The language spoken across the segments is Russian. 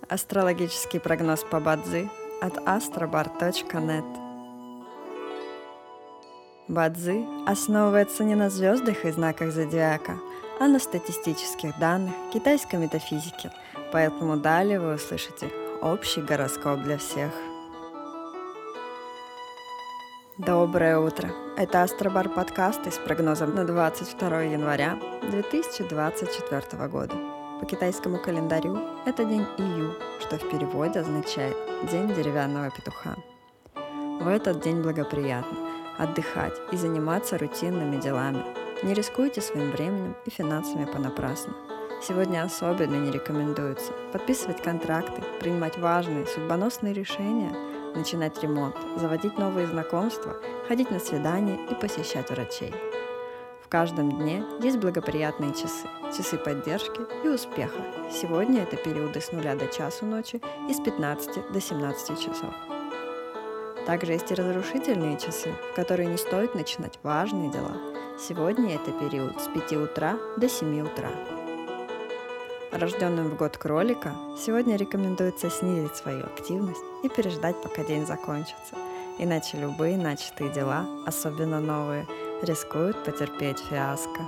Астрологический прогноз по Бадзи от astrobar.net. Бадзи основывается не на звездах и знаках зодиака, а на статистических данных китайской метафизики, поэтому далее вы услышите общий гороскоп для всех. Доброе утро! Это Астробар подкасты с прогнозом на 22 января 2024 года. По китайскому календарю это день Ию, что в переводе означает «день деревянного петуха». В этот день благоприятно отдыхать и заниматься рутинными делами. Не рискуйте своим временем и финансами понапрасну. Сегодня особенно не рекомендуется подписывать контракты, принимать важные судьбоносные решения, начинать ремонт, заводить новые знакомства, ходить на свидания и посещать врачей. В каждом дне есть благоприятные часы, часы поддержки и успеха. Сегодня это периоды с 0 до часу ночи и с 15 до 17 часов. Также есть и разрушительные часы, в которые не стоит начинать важные дела. Сегодня это период с 5 утра до 7 утра. Рожденным в год кролика сегодня рекомендуется снизить свою активность и переждать, пока день закончится. Иначе любые начатые дела, особенно новые, рискуют потерпеть фиаско.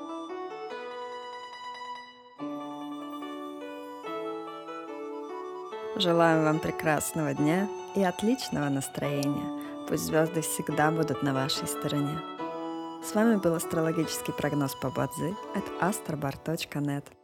Желаем вам прекрасного дня и отличного настроения. Пусть звезды всегда будут на вашей стороне. С вами был астрологический прогноз по Бадзи от astrobar.net.